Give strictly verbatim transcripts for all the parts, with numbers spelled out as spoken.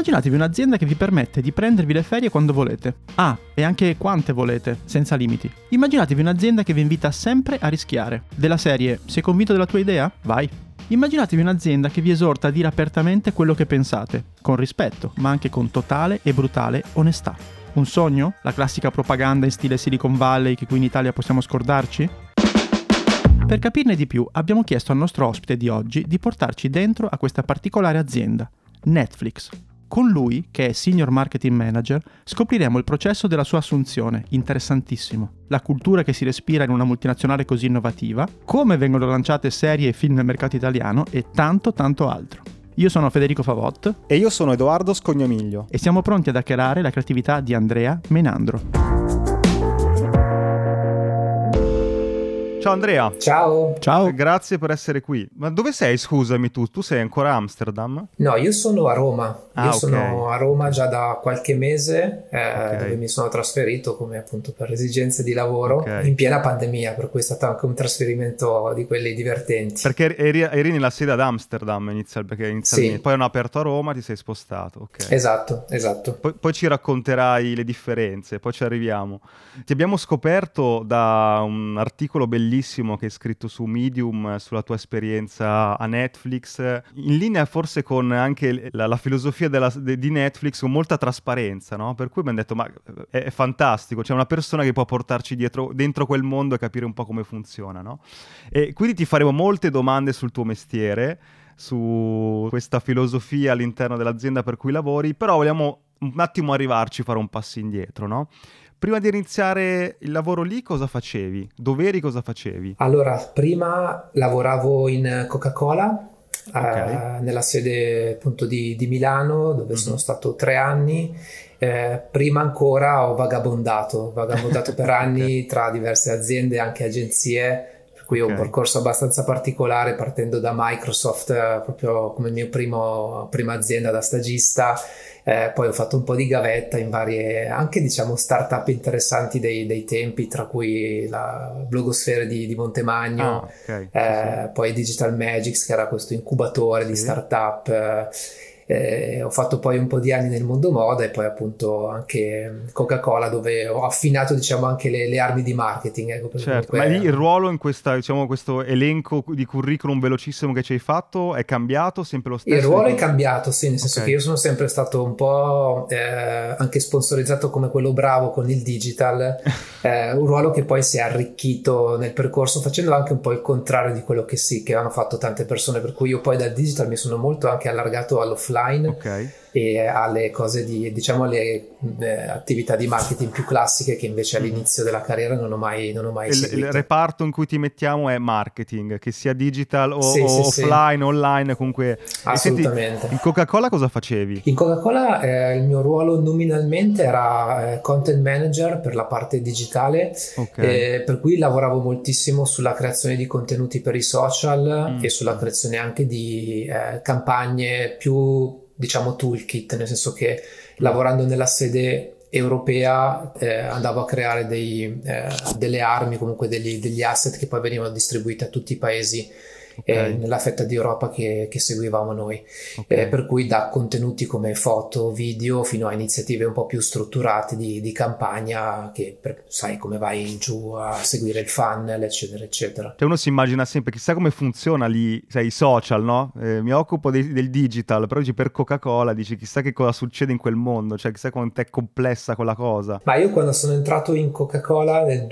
Immaginatevi un'azienda che vi permette di prendervi le ferie quando volete. Ah, e anche quante volete, senza limiti. Immaginatevi un'azienda che vi invita sempre a rischiare. Della serie, sei convinto della tua idea? Vai. Immaginatevi un'azienda che vi esorta a dire apertamente quello che pensate, con rispetto, ma anche con totale e brutale onestà. Un sogno? La classica propaganda in stile Silicon Valley che qui in Italia possiamo scordarci? Per capirne di più, abbiamo chiesto al nostro ospite di oggi di portarci dentro a questa particolare azienda, Netflix. Con lui, che è Senior Marketing Manager, scopriremo il processo della sua assunzione, interessantissimo, la cultura che si respira in una multinazionale così innovativa, come vengono lanciate serie e film nel mercato italiano e tanto tanto altro. Io sono Federico Favot e io sono Edoardo Scognomiglio e siamo pronti ad hackerare la creatività di Andrea Menandro. Ciao Andrea. Ciao. Ciao. Grazie per essere qui. Ma dove sei, scusami tu? Tu sei ancora a Amsterdam? No, io sono a Roma. Ah, io okay. sono a Roma già da qualche mese, eh, okay. dove mi sono trasferito come appunto per esigenze di lavoro, okay. in piena pandemia, per cui è stato anche un trasferimento di quelli divertenti. Perché eri, eri nella sede ad Amsterdam inizial, perché inizialmente, sì. Poi hanno aperto a Roma, ti sei spostato. Okay. Esatto, esatto. Poi, poi ci racconterai le differenze, poi ci arriviamo. Ti abbiamo scoperto da un articolo bellissimo che hai scritto su Medium sulla tua esperienza a Netflix, in linea forse con anche la, la filosofia della, de, di Netflix, con molta trasparenza, no? Per cui abbiamo detto, ma è, è fantastico, c'è una persona che può portarci dietro, dentro quel mondo e capire un po' come funziona, no? E quindi ti faremo molte domande sul tuo mestiere, su questa filosofia all'interno dell'azienda per cui lavori, però vogliamo un attimo arrivarci, fare un passo indietro, no? Prima di iniziare il lavoro lì, cosa facevi? Dov'eri, cosa facevi? Allora, prima lavoravo in Coca-Cola, okay. eh, nella sede appunto di, di Milano, dove mm-hmm. sono stato tre anni. Eh, prima ancora ho vagabondato, vagabondato per anni okay. tra diverse aziende, anche agenzie, per cui okay. ho un percorso abbastanza particolare, partendo da Microsoft, eh, proprio come mio primo, prima azienda da stagista. Eh, poi ho fatto un po' di gavetta in varie, anche diciamo start-up interessanti dei, dei tempi, tra cui la blogosfera di, di Montemagno, ah, okay. eh, sì, sì. poi Digital Magics, che era questo incubatore sì. di start-up. Eh, Eh, ho fatto poi un po' di anni nel mondo moda e poi appunto anche Coca-Cola, dove ho affinato diciamo anche le, le armi di marketing, ecco, certo. comunque... Ma lì il ruolo in questa, diciamo, questo elenco di curriculum velocissimo che ci hai fatto è cambiato, sempre lo stesso? Il ruolo è cambiato, sì, nel senso okay. che io sono sempre stato un po' eh, anche sponsorizzato come quello bravo con il digital, eh, un ruolo che poi si è arricchito nel percorso, facendo anche un po' il contrario di quello che sì, che hanno fatto tante persone, per cui io poi dal digital mi sono molto anche allargato all'offline. Okay. E alle cose di, diciamo, le eh, attività di marketing più classiche che invece all'inizio della carriera non ho mai, non ho mai il, seguito. Il reparto in cui ti mettiamo è marketing, che sia digital o, sì, o sì, offline, sì. online, comunque. Assolutamente. Senti, in Coca-Cola cosa facevi? In Coca-Cola eh, il mio ruolo nominalmente era eh, content manager per la parte digitale, okay. eh, per cui lavoravo moltissimo sulla creazione di contenuti per i social mm. e sulla creazione anche di eh, campagne più, diciamo, toolkit, nel senso che lavorando nella sede europea eh, andavo a creare dei, eh, delle armi, comunque degli, degli asset che poi venivano distribuiti a tutti i paesi okay. eh, nella fetta di Europa che, che seguivamo noi, okay. eh, per cui da contenuti come foto, video fino a iniziative un po' più strutturate di, di campagna che per, sai come vai giù a seguire il funnel eccetera eccetera. Cioè uno si immagina sempre chissà come funziona lì, sai, i social, no? Eh, mi occupo dei, del digital, però dici per Coca-Cola, dici chissà che cosa succede in quel mondo, cioè chissà quanto è complessa quella cosa. Ma io quando sono entrato in Coca-Cola nel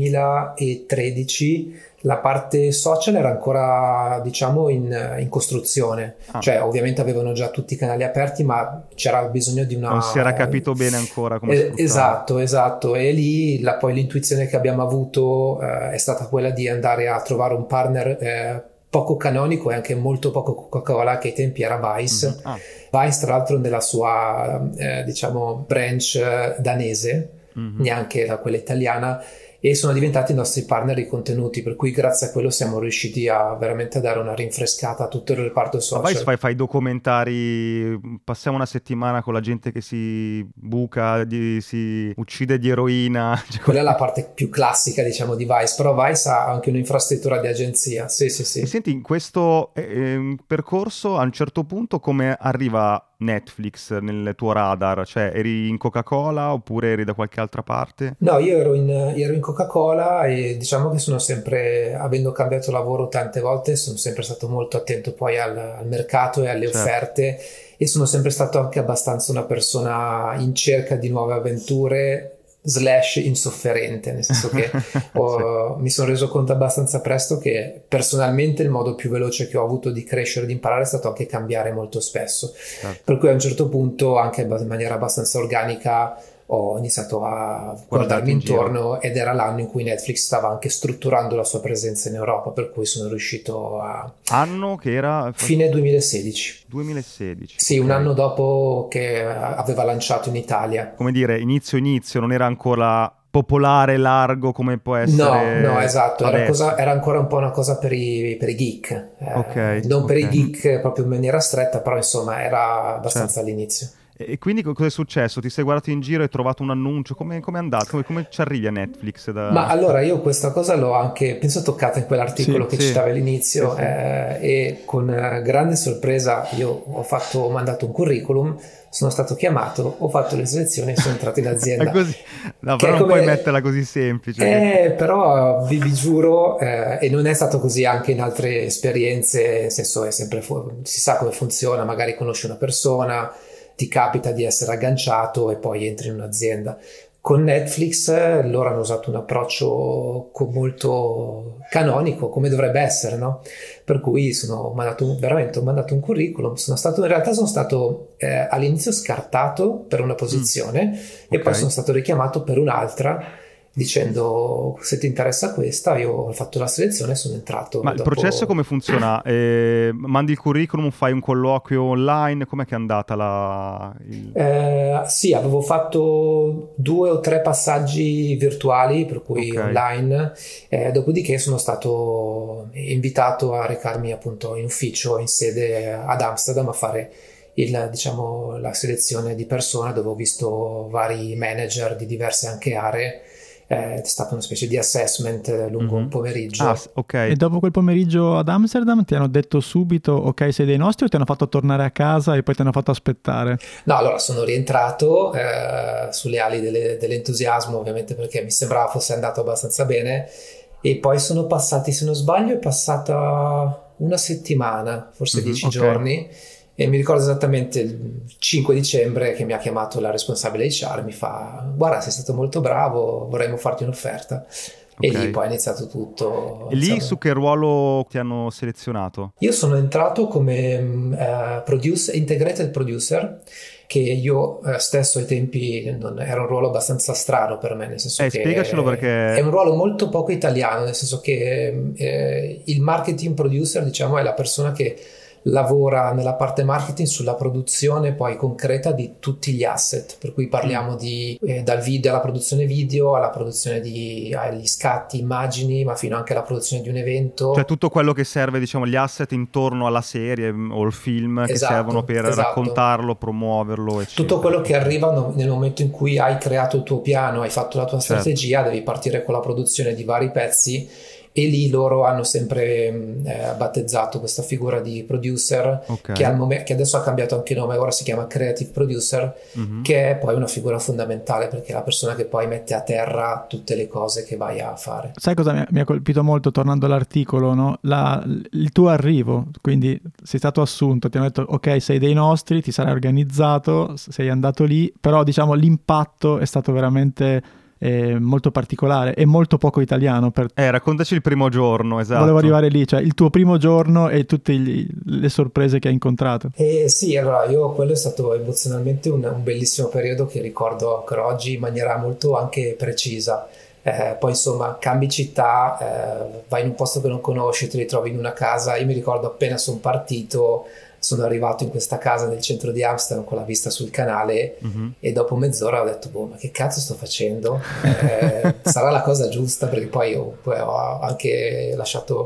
duemilatredici la parte social era ancora, diciamo, in, in costruzione, ah. cioè ovviamente avevano già tutti i canali aperti, ma c'era bisogno di una... Non si era capito bene ancora come eh, esatto, esatto, e lì la, poi l'intuizione che abbiamo avuto eh, è stata quella di andare a trovare un partner eh, poco canonico e anche molto poco Coca-Cola, che ai tempi era Vice. Mm-hmm. Ah. Vice tra l'altro nella sua, eh, diciamo, branch danese, mm-hmm. neanche la quella italiana, e sono diventati i nostri partner di contenuti, per cui grazie a quello siamo riusciti a veramente dare una rinfrescata a tutto il reparto social. Ma poi fai, fai documentari, passiamo una settimana con la gente che si buca, di, si uccide di eroina. Quella è la parte più classica, diciamo, di Vice, però Vice ha anche un'infrastruttura di agenzia, sì sì sì. E senti, in questo eh, percorso a un certo punto come arriva Netflix nel tuo radar? Cioè, eri in Coca-Cola oppure eri da qualche altra parte? No, io ero in, ero in Coca-Cola e diciamo che sono sempre, avendo cambiato lavoro tante volte, sono sempre stato molto attento poi al, al mercato e alle Certo. offerte, e sono sempre stato anche abbastanza una persona in cerca di nuove avventure slash insofferente, nel senso che ho, mi sono reso conto abbastanza presto che personalmente il modo più veloce che ho avuto di crescere e di imparare è stato anche cambiare molto spesso. Certo. Per cui a un certo punto, anche in maniera abbastanza organica, ho iniziato a guardarmi in giro. intorno, ed era l'anno in cui Netflix stava anche strutturando la sua presenza in Europa, per cui sono riuscito a... Anno che era? Fine duemilasedici. duemilasedici. Sì, un ok. anno dopo che aveva lanciato in Italia. Come dire, inizio inizio, non era ancora popolare, largo come può essere No, no, esatto, era, adesso. cosa, era ancora un po' una cosa per i, per i geek, eh, Ok, non per ok. i geek proprio in maniera stretta, però insomma era abbastanza Certo. all'inizio. E e quindi co- cosa è successo? Ti sei guardato in giro e hai trovato un annuncio? Come è andato? Come, come ci arrivi a Netflix? Da... Ma allora io questa cosa l'ho anche, penso, toccata in quell'articolo Sì, che sì, citavi all'inizio, sì, sì. eh, e con eh, grande sorpresa io ho fatto, ho mandato un curriculum, sono stato chiamato, ho fatto le selezioni e sono entrato in È azienda. così. No, Che però è non come- puoi metterla così semplice. che- Eh, però vi, vi giuro, eh, e non è stato così anche in altre esperienze, nel senso è sempre fu- si sa come funziona, magari conosci una persona, ti capita di essere agganciato e poi entri in un'azienda. Con Netflix eh, loro hanno usato un approccio co- molto canonico, come dovrebbe essere, no? Per cui sono ho mandato un- veramente ho mandato un curriculum, sono stato, in realtà sono stato eh, all'inizio scartato per una posizione e ok. poi sono stato richiamato per un'altra, dicendo se ti interessa questa. Io ho fatto la selezione e sono entrato. Ma il dopo- processo come funziona? Eh, mandi il curriculum, fai un colloquio online? Com'è che è andata la... il- Eh, sì, avevo fatto due o tre passaggi virtuali, per cui Ok. online, eh, dopodiché sono stato invitato a recarmi appunto in ufficio in sede ad Amsterdam a fare il, diciamo, la selezione di persone, dove ho visto vari manager di diverse anche aree. Eh, è stata una specie di assessment eh, lungo Mhm. un pomeriggio. Ah, s- ok. E dopo quel pomeriggio ad Amsterdam ti hanno detto subito ok sei dei nostri, o ti hanno fatto tornare a casa e poi ti hanno fatto aspettare? No, allora sono rientrato eh, sulle ali delle- dell'entusiasmo, ovviamente, perché mi sembrava fosse andato abbastanza bene, e poi sono passati, se non sbaglio, è passata una settimana, forse Mhm, dieci ok. giorni, e mi ricordo esattamente il cinque dicembre che mi ha chiamato la responsabile H R, mi fa: guarda, sei stato molto bravo, vorremmo farti un'offerta. E Ok. lì poi è iniziato tutto. E lì insomma. su che ruolo ti hanno selezionato? Io sono entrato come mm, eh, producer, integrated producer, che io eh, stesso ai tempi non, era un ruolo abbastanza strano per me, nel senso Eh, che spiegacelo perché- è un ruolo molto poco italiano, nel senso che eh, il marketing producer, diciamo, è la persona che lavora nella parte marketing sulla produzione poi concreta di tutti gli asset, per cui parliamo di eh, dal video alla produzione video, alla produzione di agli scatti, immagini, ma fino anche alla produzione di un evento. Cioè tutto quello che serve, diciamo, gli asset intorno alla serie mm, o il film che Esatto, servono per esatto. raccontarlo, promuoverlo, eccetera. Tutto quello che arriva no- nel momento in cui hai creato il tuo piano, hai fatto la tua Certo. strategia, devi partire con la produzione di vari pezzi, e lì loro hanno sempre mh, eh, battezzato questa figura di producer Ok. che, al momen- che adesso ha cambiato anche nome, ora si chiama creative producer, Mhm. che è poi una figura fondamentale perché è la persona che poi mette a terra tutte le cose che vai a fare. Sai cosa mi ha, mi ha colpito molto, tornando all'articolo, no? La- il tuo arrivo, quindi sei stato assunto, ti hanno detto ok sei dei nostri, ti sarai organizzato, sei andato lì, però diciamo l'impatto è stato veramente eh, molto particolare e molto poco italiano. Per... Eh, raccontaci il primo giorno, esatto. Volevo arrivare lì, cioè il tuo primo giorno e tutte gli- le sorprese che hai incontrato. Eh, sì, allora io quello è stato emozionalmente un, un bellissimo periodo che ricordo ancora oggi in maniera molto anche precisa. Eh, poi insomma cambi città, eh, vai in un posto che non conosci, ti ritrovi in una casa. Io mi ricordo appena sono partito, sono arrivato in questa casa nel centro di Amsterdam con la vista sul canale, Mhm. e dopo mezz'ora ho detto boh, ma che cazzo sto facendo? Eh, sarà la cosa giusta, perché poi ho, poi ho anche lasciato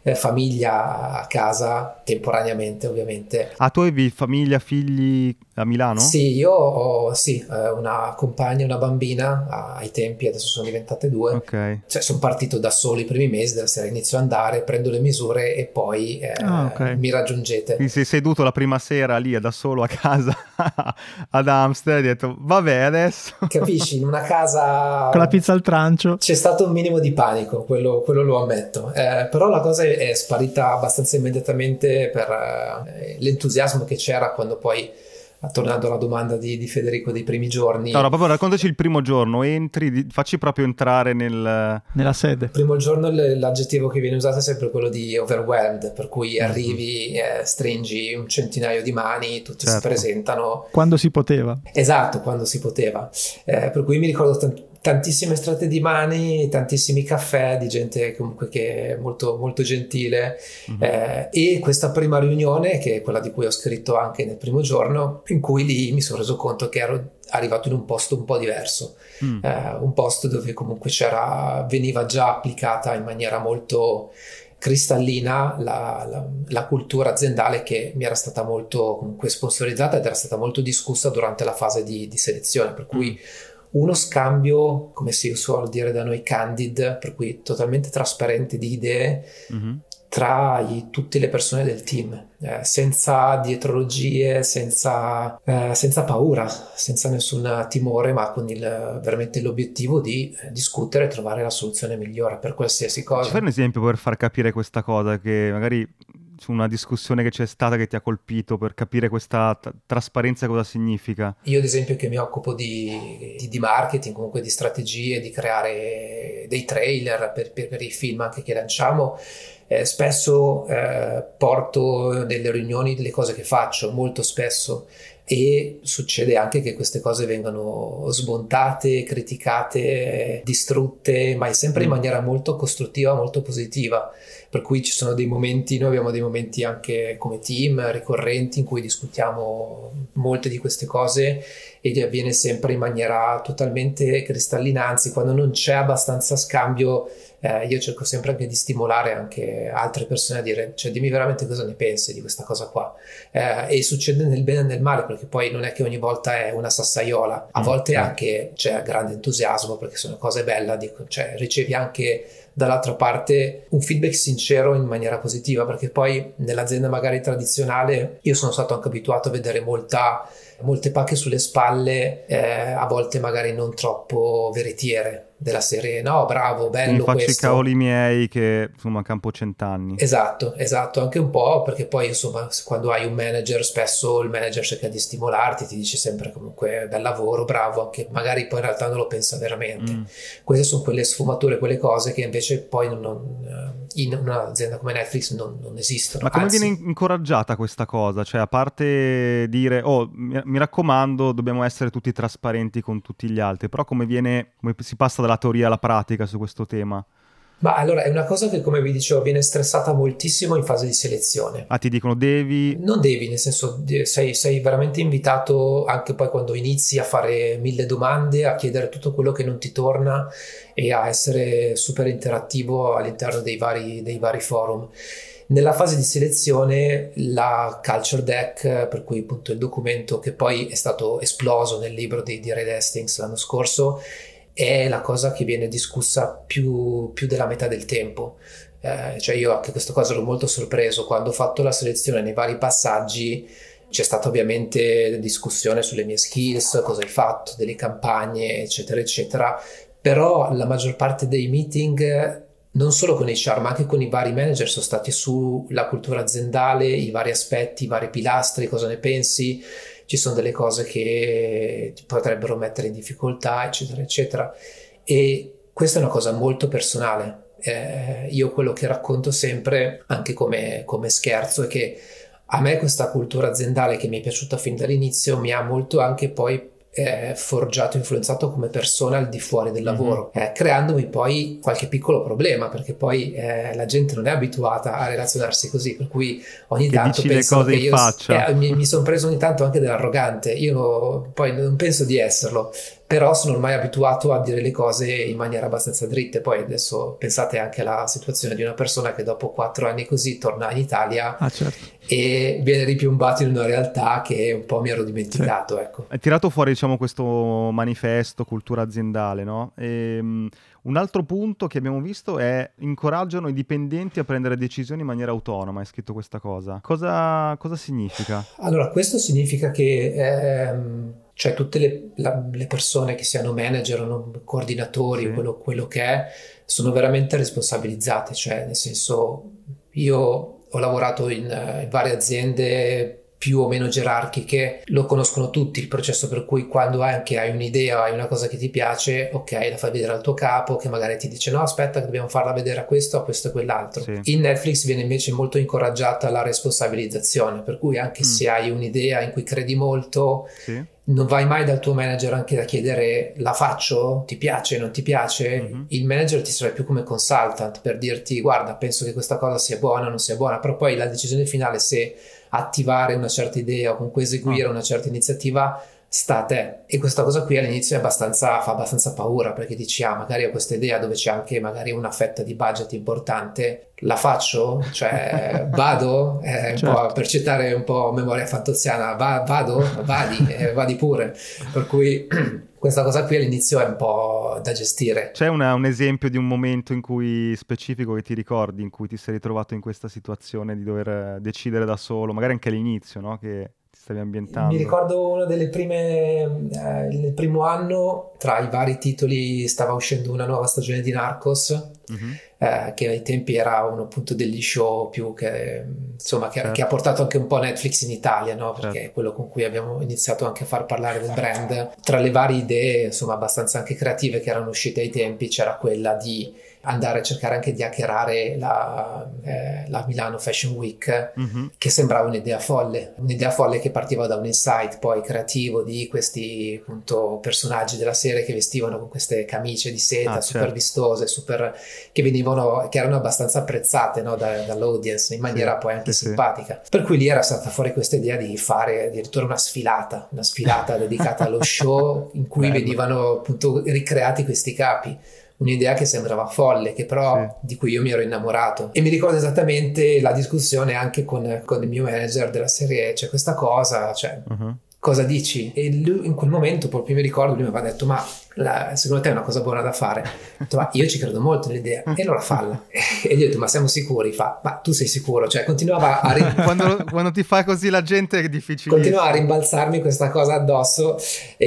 eh, famiglia a casa, temporaneamente ovviamente. Ah, tu avevi famiglia, figli a Milano? Sì, io ho sì, eh, una compagna e una bambina a- ai tempi, adesso sono diventate due. Ok. Cioè, sono partito da solo i primi mesi della serie, inizio ad andare, prendo le misure e poi eh, Ah, ok. mi raggiungete. Quindi sei seduto la prima sera lì da solo a casa ad Amsterdam e hai detto vabbè adesso... Capisci? In una casa Con la pizza al trancio. c'è stato un minimo di panico, quello, quello lo ammetto. Eh, però la cosa è, è sparita abbastanza immediatamente per eh, l'entusiasmo che c'era quando poi, tornando alla domanda di, di Federico dei primi giorni. Allora, proprio raccontaci il primo giorno, entri, di- facci proprio entrare nel... Nella sede. Il primo giorno l- l'aggettivo che viene usato è sempre quello di overwhelmed, per cui arrivi, eh, stringi un centinaio di mani, tutti Certo. si presentano. Quando si poteva. Esatto, quando si poteva. Eh, per cui mi ricordo tant- tantissime strette di mani, tantissimi caffè di gente comunque che è molto, molto gentile. Mhm. Eh, e questa prima riunione, che è quella di cui ho scritto anche nel primo giorno, in cui lì mi sono reso conto che ero arrivato in un posto un po' diverso. Mm. Eh, un posto dove comunque c'era, veniva già applicata in maniera molto cristallina la, la, la cultura aziendale che mi era stata molto comunque sponsorizzata ed era stata molto discussa durante la fase di, di selezione, per cui uno scambio, come si suol dire da noi, candid, per cui totalmente trasparente di idee Mhm. tra i- tutte le persone del team, eh, senza dietrologie, senza, eh, senza paura, senza nessun timore, ma con il, veramente l'obiettivo di eh, discutere e trovare la soluzione migliore per qualsiasi Ci cosa. fai un esempio per far capire questa cosa, che magari su una discussione che c'è stata che ti ha colpito, per capire questa t- trasparenza cosa significa? Io ad esempio che mi occupo di, di- di marketing, comunque di strategie, di creare dei trailer per, per- per i film anche che lanciamo, eh, spesso eh, porto nelle riunioni delle cose che faccio, molto spesso, e succede anche che queste cose vengano smontate, criticate, distrutte, ma è sempre in Mm. maniera molto costruttiva, molto positiva. Per cui ci sono dei momenti, noi abbiamo dei momenti anche come team ricorrenti in cui discutiamo molte di queste cose e avviene sempre in maniera totalmente cristallina, anzi quando non c'è abbastanza scambio eh, io cerco sempre anche di stimolare anche altre persone a dire, cioè dimmi veramente cosa ne pensi di questa cosa qua, eh, e succede nel bene e nel male, perché poi non è che ogni volta è una sassaiola, a Mm, volte certo. anche c'è grande entusiasmo perché sono cose belle, dico, cioè ricevi anche dall'altra parte un feedback sincero in maniera positiva, perché poi nell'azienda magari tradizionale io sono stato anche abituato a vedere molta, molte pacche sulle spalle, eh, a volte magari non troppo veritiere, della serie no bravo, bello Mi faccio questo. i cavoli miei che insomma campo cent'anni. Esatto, esatto, anche un po' perché poi insomma quando hai un manager spesso il manager cerca di stimolarti, ti dice sempre comunque bel lavoro, bravo, anche magari poi in realtà non lo pensa veramente. Mm. Queste sono quelle sfumature, quelle cose che invece poi non, non- in un'azienda come Netflix non, non esistono. Ma come Anzi, viene incoraggiata questa cosa? Cioè, a parte dire, oh, mi, mi raccomando, dobbiamo essere tutti trasparenti con tutti gli altri, però come viene, come si passa dalla teoria alla pratica su questo tema? Ma allora è una cosa che, come vi dicevo, viene stressata moltissimo in fase di selezione. Ah, ti dicono devi... Non devi, nel senso di- sei, sei veramente invitato anche poi quando inizi a fare mille domande, a chiedere tutto quello che non ti torna e a essere super interattivo all'interno dei vari, dei vari forum. Nella fase di selezione la culture deck, per cui appunto il documento che poi è stato esploso nel libro di, di Reed Hastings l'anno scorso, è la cosa che viene discussa più, più della metà del tempo. Eh, cioè io anche questa cosa ero molto sorpreso quando ho fatto la selezione nei vari passaggi. C'è stata ovviamente discussione sulle mie skills, cosa hai fatto, delle campagne, eccetera, eccetera. Però la maggior parte dei meeting, non solo con H R, ma anche con i vari manager, sono stati sulla cultura aziendale, i vari aspetti, i vari pilastri, cosa ne pensi. Ci sono delle cose che ti potrebbero mettere in difficoltà, eccetera, eccetera. E questa è una cosa molto personale. Eh, io quello che racconto sempre, anche come, come scherzo, è che a me questa cultura aziendale che mi è piaciuta fin dall'inizio mi ha molto anche poi eh, forgiato, influenzato come persona al di fuori del lavoro, mm-hmm. eh, creandomi poi qualche piccolo problema, perché poi eh, la gente non è abituata a relazionarsi così, per cui ogni che tanto dici penso le cose che in io faccia. eh, mi, mi sono preso ogni tanto anche dell'arrogante. Io poi non penso di esserlo, però sono ormai abituato a dire le cose in maniera abbastanza dritte. Poi adesso pensate anche alla situazione di una persona che dopo quattro anni così torna in Italia ah, certo. e viene ripiombato in una realtà che un po' mi ero dimenticato. Sì. Ecco. Hai tirato fuori, diciamo, questo manifesto cultura aziendale, no? E, um, un altro punto che abbiamo visto è incoraggiano i dipendenti a prendere decisioni in maniera autonoma. Hai scritto questa cosa. Cosa, cosa significa? Allora, questo significa che ehm, cioè tutte le, la, le persone che siano manager o coordinatori, sì. quello, quello che è, sono veramente responsabilizzate. Cioè, nel senso, io ho lavorato in, in varie aziende più o meno gerarchiche, lo conoscono tutti il processo, per cui quando anche hai un'idea, hai una cosa che ti piace, ok, la fai vedere al tuo capo che magari ti dice no aspetta che dobbiamo farla vedere a questo, a questo e quell'altro. Sì. In Netflix viene invece molto incoraggiata la responsabilizzazione, per cui anche mm. se hai un'idea in cui credi molto, sì. non vai mai dal tuo manager anche da chiedere la faccio? Ti piace? Non ti piace? Mm-hmm. Il manager ti serve più come consultant per dirti guarda penso che questa cosa sia buona, non sia buona, però poi la decisione finale se attivare una certa idea o comunque eseguire oh. una certa iniziativa sta a te. E questa cosa qui all'inizio è abbastanza, fa abbastanza paura, perché dici ah magari ho questa idea dove c'è anche magari una fetta di budget importante, la faccio? Cioè vado? Eh, un certo. po' per citare un po' memoria fantoziana, va, vado? Vadi, eh, vadi pure. Per cui questa cosa qui all'inizio è un po' da gestire. C'è una, un esempio di un momento in cui specifico che ti ricordi, in cui ti sei ritrovato in questa situazione di dover decidere da solo, magari anche all'inizio, no? Che ti stavi ambientando. Mi ricordo una delle prime, eh, nel primo anno, tra i vari titoli stava uscendo una nuova stagione di Narcos, mm-hmm. eh, che ai tempi era uno appunto degli show più che, insomma, che, certo. che ha portato anche un po' Netflix in Italia, no? Perché certo. è quello con cui abbiamo iniziato anche a far parlare del brand. Tra le varie idee, insomma, abbastanza anche creative che erano uscite ai tempi, c'era quella di andare a cercare anche di hackerare la, eh, la Milano Fashion Week, mm-hmm. che sembrava un'idea folle, un'idea folle che partiva da un insight poi creativo di questi appunto personaggi della serie che vestivano con queste camicie di seta ah, super certo. vistose, super che venivano, che erano abbastanza apprezzate, no, da, dall'audience in maniera sì, poi anche sì, simpatica. Sì. Per cui lì era stata fuori questa idea di fare addirittura una sfilata, una sfilata dedicata allo show in cui Bello. venivano appunto ricreati questi capi. Un'idea che sembrava folle, che però sì. di cui io mi ero innamorato. E mi ricordo esattamente la discussione anche con, con il mio manager della serie, c'è questa cosa, cioè uh-huh. cosa dici? E lui in quel momento proprio mi ricordo, lui mi aveva detto ma la, secondo te è una cosa buona da fare? Ho detto, ma io ci credo molto nell'idea, e allora falla. E gli ho detto ma siamo sicuri? Fa, ma tu sei sicuro? Cioè continuava a rim- quando, quando ti fa così la gente è difficile, continuava a rimbalzarmi questa cosa addosso,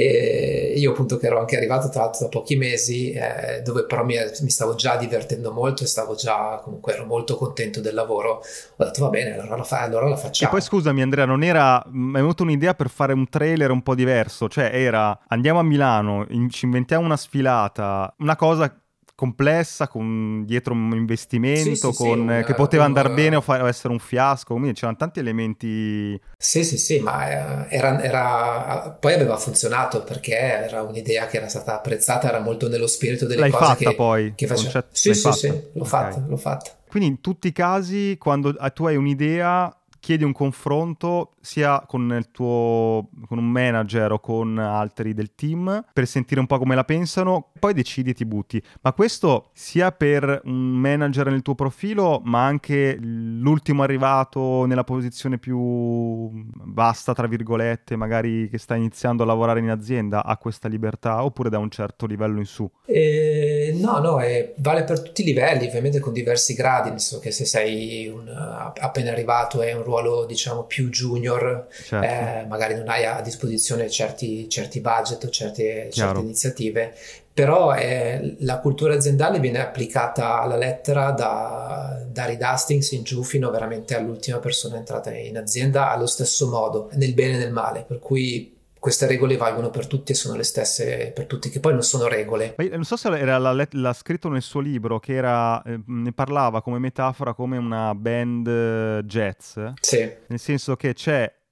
e io appunto che ero anche arrivato tra l'altro da pochi mesi, eh, dove però mi, mi stavo già divertendo molto e stavo già, comunque ero molto contento del lavoro. Ho detto va bene, allora la, fa- allora la facciamo. E poi scusami Andrea, non era, mi è venuta un'idea per fare un trailer un po' diverso, cioè era andiamo a Milano, in, ci inventiamo una sfilata, una cosa complessa, con dietro un investimento, sì, sì, con, sì, che poteva un, andare bene o, fa- o essere un fiasco, quindi c'erano tanti elementi. Sì, sì, sì, ma era, era poi aveva funzionato perché era un'idea che era stata apprezzata, era molto nello spirito delle l'hai cose fatta che, poi, che faceva. Concetto, sì, sì, fatta? sì, l'ho okay. fatta, l'ho fatta. Quindi in tutti i casi, quando tu hai un'idea, chiedi un confronto sia con il tuo con un manager o con altri del team per sentire un po' come la pensano, poi decidi e ti butti. Ma questo sia per un manager nel tuo profilo, ma anche l'ultimo arrivato nella posizione più vasta, tra virgolette, magari che sta iniziando a lavorare in azienda, ha questa libertà, oppure da un certo livello in su? Eh, no, no, è, vale per tutti i livelli, ovviamente con diversi gradi, nel senso che se sei un, appena arrivato è un ruolo diciamo più junior, certo. eh, magari non hai a disposizione certi, certi budget o certe, certe iniziative, però eh, la cultura aziendale viene applicata alla lettera da, da Reed Hastings in giù fino veramente all'ultima persona entrata in azienda allo stesso modo, nel bene e nel male, per cui queste regole valgono per tutti e sono le stesse per tutti, che poi non sono regole. Ma non so se era la let- l'ha scritto nel suo libro, che era eh, ne parlava come metafora come una band jazz. Sì. Nel senso che c'è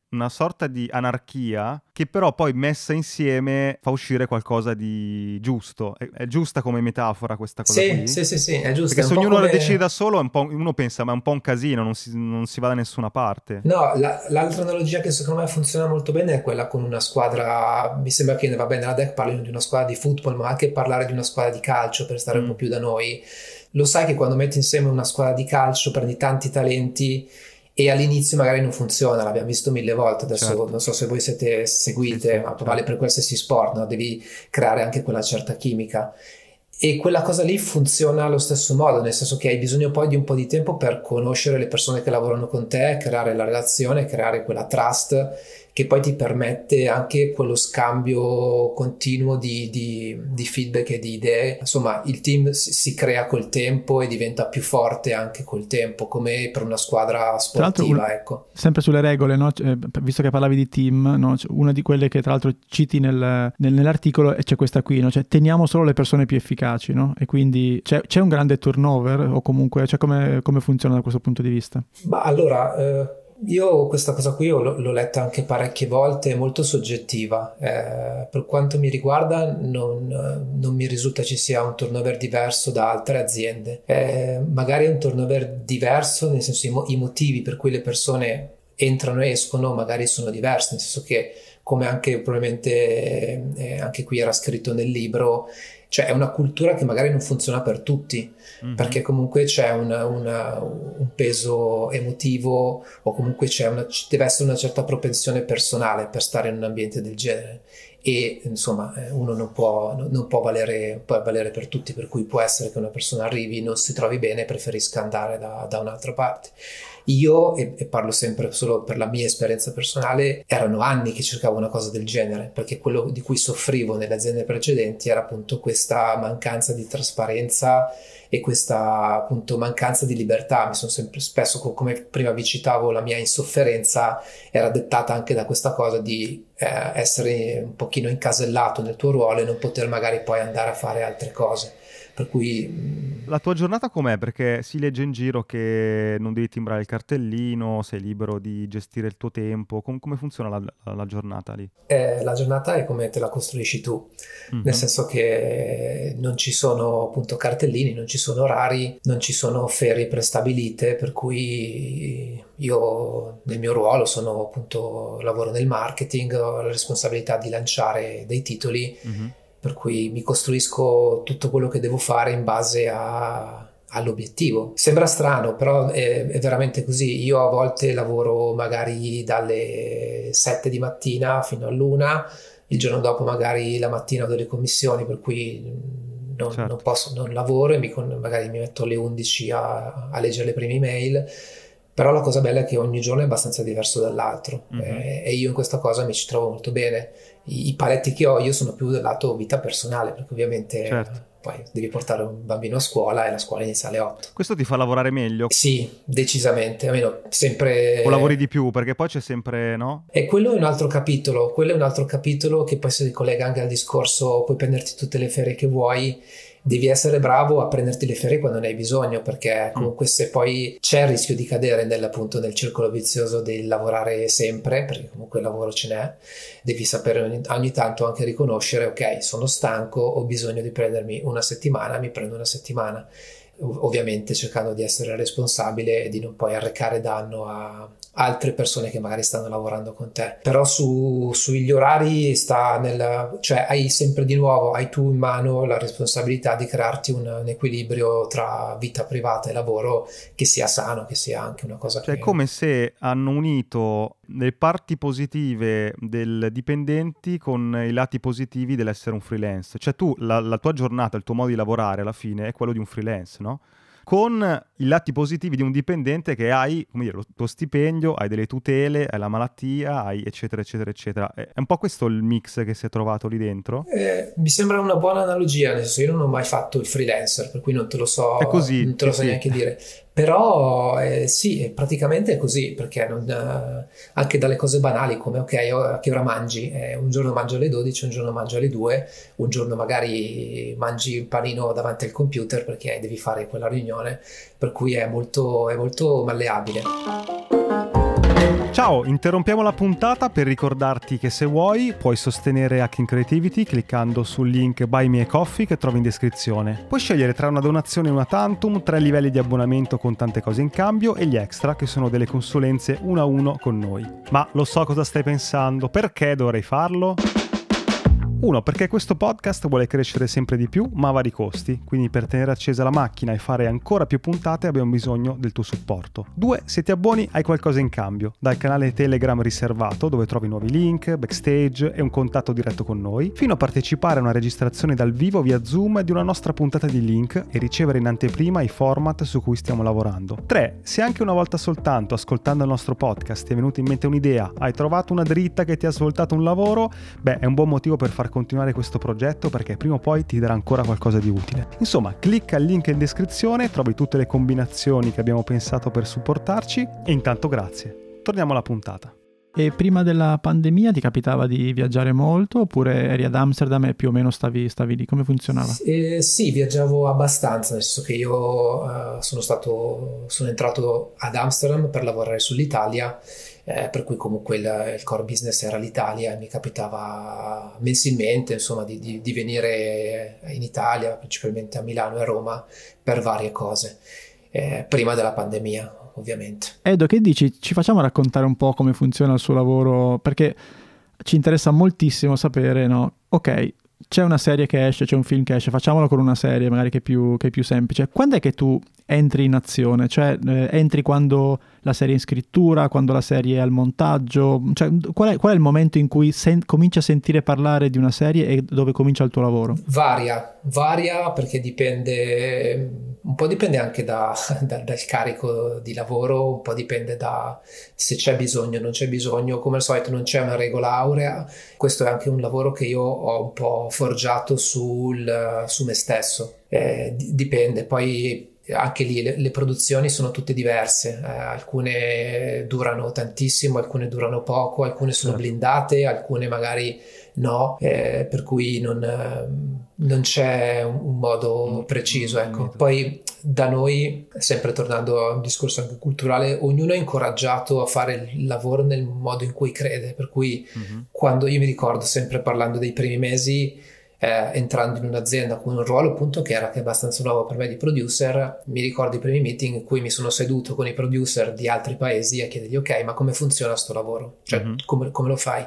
una sorta di anarchia che però poi messa insieme fa uscire qualcosa di giusto. È, è giusta come metafora questa cosa sì, qui? Sì, sì, sì, è giusto. Perché è se un po' ognuno come... lo decide da solo, è un po', uno pensa ma è un po' un casino, non si, non si va da nessuna parte. No, la- l'altra analogia che secondo me funziona molto bene è quella con una squadra, mi sembra che va bene, nella deck parlino di una squadra di football, ma anche parlare di una squadra di calcio per stare Mm. un po' più da noi. Lo sai che quando metti insieme una squadra di calcio prendi tanti talenti e all'inizio magari non funziona, l'abbiamo visto mille volte, adesso Certo. non so se voi siete seguite, Sì, sì, ma certo. vale per qualsiasi sport, no? Devi creare anche quella certa chimica. E quella cosa lì funziona allo stesso modo, nel senso che hai bisogno poi di un po' di tempo per conoscere le persone che lavorano con te, creare la relazione, creare quella trust che poi ti permette anche quello scambio continuo di, di, di feedback e di idee. Insomma, il team si, si crea col tempo e diventa più forte anche col tempo, come per una squadra sportiva, un, ecco. Sempre sulle regole, no? Eh, visto che parlavi di team, no? Una di quelle che tra l'altro citi nel, nel, nell'articolo e c'è questa qui, no? Cioè teniamo solo le persone più efficaci, no? E quindi c'è, c'è un grande turnover o comunque cioè come, come funziona da questo punto di vista? Ma allora... Eh... Io questa cosa qui l'ho, l'ho letta anche parecchie volte, è molto soggettiva. Eh, per quanto mi riguarda non, non mi risulta ci sia un turnover diverso da altre aziende. Eh, magari è un turnover diverso, nel senso i, mo- i motivi per cui le persone entrano e escono magari sono diversi, nel senso che come anche probabilmente eh, anche qui era scritto nel libro, cioè è una cultura che magari non funziona per tutti, mm-hmm. perché comunque c'è una, una, un peso emotivo o comunque c'è una, deve essere una certa propensione personale per stare in un ambiente del genere e insomma uno non può, non può, valere, può valere per tutti, per cui può essere che una persona arrivi, non si trovi bene e preferisca andare da, da un'altra parte. Io, e, e parlo sempre solo per la mia esperienza personale, erano anni che cercavo una cosa del genere, perché quello di cui soffrivo nelle aziende precedenti era appunto questa mancanza di trasparenza e questa appunto mancanza di libertà. Mi sono sempre spesso, come prima vi citavo, la mia insofferenza era dettata anche da questa cosa di eh, essere un pochino incasellato nel tuo ruolo e non poter magari poi andare a fare altre cose. Per cui la tua giornata com'è? Perché si legge in giro che non devi timbrare il cartellino, sei libero di gestire il tuo tempo. Com- come funziona la, la, la giornata lì? Eh, la giornata è come te la costruisci tu, mm-hmm. nel senso che non ci sono appunto cartellini, non ci sono orari, non ci sono ferie prestabilite, per cui io nel mio ruolo sono appunto lavoro nel marketing, ho la responsabilità di lanciare dei titoli. Mm-hmm. Per cui mi costruisco tutto quello che devo fare in base a, all'obiettivo. Sembra strano, però è, è veramente così. Io a volte lavoro magari dalle sette di mattina fino all'una, il giorno dopo magari la mattina ho delle commissioni, per cui non, certo. non posso, non lavoro e mi, magari mi metto alle undici a, a leggere le prime email. Però la cosa bella è che ogni giorno è abbastanza diverso dall'altro, mm-hmm. eh, e io in questa cosa mi ci trovo molto bene. I, i paletti che ho io sono più del lato vita personale, perché ovviamente certo. poi devi portare un bambino a scuola e la scuola inizia alle otto. Questo ti fa lavorare meglio? Sì, decisamente, almeno sempre... O lavori di più, perché poi c'è sempre, no? E quello è un altro capitolo, quello è un altro capitolo che poi si ricollega anche al discorso, puoi prenderti tutte le ferie che vuoi, devi essere bravo a prenderti le ferie quando ne hai bisogno, perché comunque mm. se poi c'è il rischio di cadere nel, appunto, nel circolo vizioso del lavorare sempre, perché comunque il lavoro ce n'è, devi sapere ogni, ogni tanto anche riconoscere, ok, sono stanco, ho bisogno di prendermi una settimana, mi prendo una settimana, ovviamente cercando di essere responsabile e di non poi arrecare danno a altre persone che magari stanno lavorando con te. Però su, sugli orari sta nel, cioè hai sempre di nuovo, hai tu in mano la responsabilità di crearti un, un equilibrio tra vita privata e lavoro che sia sano, che sia anche una cosa cioè che... è come se hanno unito le parti positive del dipendenti con i lati positivi dell'essere un freelance. Cioè tu, la, la tua giornata, il tuo modo di lavorare alla fine è quello di un freelance, no? Con i lati positivi di un dipendente che hai, come dire, lo tuo stipendio, hai delle tutele, hai la malattia, hai eccetera eccetera eccetera. È un po' questo il mix che si è trovato lì dentro? Eh, mi sembra una buona analogia, nel senso io non ho mai fatto il freelancer, per cui non te lo so, è così, non te lo so sì. neanche dire. Però eh, sì, praticamente è così, perché non, eh, anche dalle cose banali come ok, a che ora mangi? Eh, un giorno mangio alle dodici, un giorno mangio alle due, un giorno magari mangi il panino davanti al computer perché devi fare quella riunione, per cui è molto, è molto malleabile. Ciao, interrompiamo la puntata per ricordarti che se vuoi puoi sostenere Hacking Creativity cliccando sul link Buy Me a Coffee che trovi in descrizione. Puoi scegliere tra una donazione e una tantum, tre livelli di abbonamento con tante cose in cambio e gli extra che sono delle consulenze uno a uno con noi. Ma lo so cosa stai pensando, perché dovrei farlo? Uno, perché questo podcast vuole crescere sempre di più, ma a vari costi, quindi per tenere accesa la macchina e fare ancora più puntate abbiamo bisogno del tuo supporto. Due, se ti abboni hai qualcosa in cambio, dal canale Telegram riservato dove trovi nuovi link, backstage e un contatto diretto con noi, fino a partecipare a una registrazione dal vivo via Zoom di una nostra puntata di Link e ricevere in anteprima i format su cui stiamo lavorando. Tre, se anche una volta soltanto ascoltando il nostro podcast ti è venuta in mente un'idea, hai trovato una dritta che ti ha svoltato un lavoro, beh è un buon motivo per far continuare questo progetto perché prima o poi ti darà ancora qualcosa di utile. Insomma, clicca il link in descrizione, trovi tutte le combinazioni che abbiamo pensato per supportarci e intanto grazie. Torniamo alla puntata. E prima della pandemia ti capitava di viaggiare molto oppure eri ad Amsterdam e più o meno stavi, stavi lì? Come funzionava? Eh, sì, viaggiavo abbastanza, nel senso che io uh, sono stato, sono entrato ad Amsterdam per lavorare sull'Italia, eh, per cui comunque il, il core business era l'Italia e mi capitava mensilmente insomma di, di, di venire in Italia, principalmente a Milano e a Roma, per varie cose, eh, prima della pandemia. Ovviamente. Edo, che dici? Ci facciamo raccontare un po' come funziona il suo lavoro, perché ci interessa moltissimo sapere, no? Ok, c'è una serie che esce, c'è un film che esce, facciamolo con una serie magari che è più, che è più semplice. Quando è che tu entri in azione? Cioè eh, entri quando la serie è in scrittura, quando la serie è al montaggio? Cioè, qual è, qual è il momento in cui sen- cominci a sentire parlare di una serie e dove comincia il tuo lavoro? Varia, varia perché dipende, un po' dipende anche da, da, dal carico di lavoro, un po' dipende da se c'è bisogno o non c'è bisogno. Come al solito non c'è una regola aurea, questo è anche un lavoro che io ho un po' forgiato sul, su me stesso, eh, dipende, poi anche lì le, le produzioni sono tutte diverse, eh, alcune durano tantissimo, alcune durano poco, alcune sono certo. blindate, alcune magari no, eh, per cui non, eh, non c'è un, un modo preciso, ecco. Poi da noi, sempre tornando a un discorso anche culturale, ognuno è incoraggiato a fare il lavoro nel modo in cui crede, per cui uh-huh. quando io mi ricordo sempre parlando dei primi mesi, Eh, entrando in un'azienda con un ruolo appunto che era anche abbastanza nuovo per me di producer, mi ricordo i primi meeting in cui mi sono seduto con i producer di altri paesi a chiedergli ok, ma come funziona sto lavoro? Cioè mm-hmm. come, come lo fai?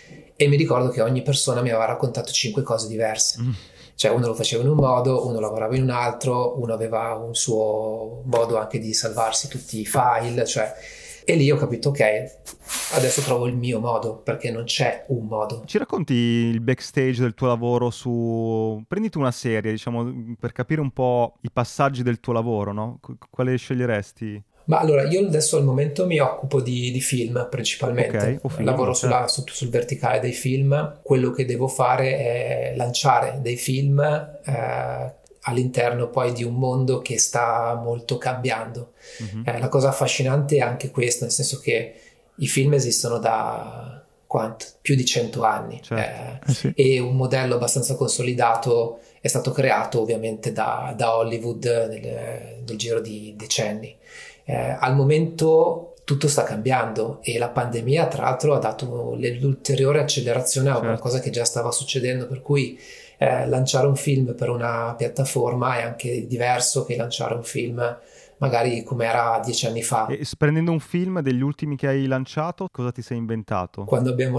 E mi ricordo che ogni persona mi aveva raccontato cinque cose diverse. Mm. Cioè uno lo faceva in un modo, uno lavorava in un altro, uno aveva un suo modo anche di salvarsi tutti i file, cioè. E lì ho capito, ok, adesso trovo il mio modo, perché non c'è un modo. Ci racconti il backstage del tuo lavoro su... Prenditi una serie, diciamo, per capire un po' i passaggi del tuo lavoro, no? Quale sceglieresti? Ma allora, io adesso al momento mi occupo di, di film principalmente. Okay, o film, lavoro certo. sulla, sul, sul verticale dei film. Quello che devo fare è lanciare dei film eh, all'interno poi di un mondo che sta molto cambiando. Uh-huh. Eh, la cosa affascinante è anche questa, nel senso che i film esistono da quanto? Più di cento anni, certo. eh, eh sì. E un modello abbastanza consolidato è stato creato ovviamente da, da Hollywood nel, nel giro di decenni. Eh, al momento tutto sta cambiando e la pandemia tra l'altro ha dato l'ulteriore accelerazione a certo. qualcosa che già stava succedendo, per cui Eh, lanciare un film per una piattaforma è anche diverso che lanciare un film magari come era dieci anni fa. E prendendo un film degli ultimi che hai lanciato, cosa ti sei inventato? Quando abbiamo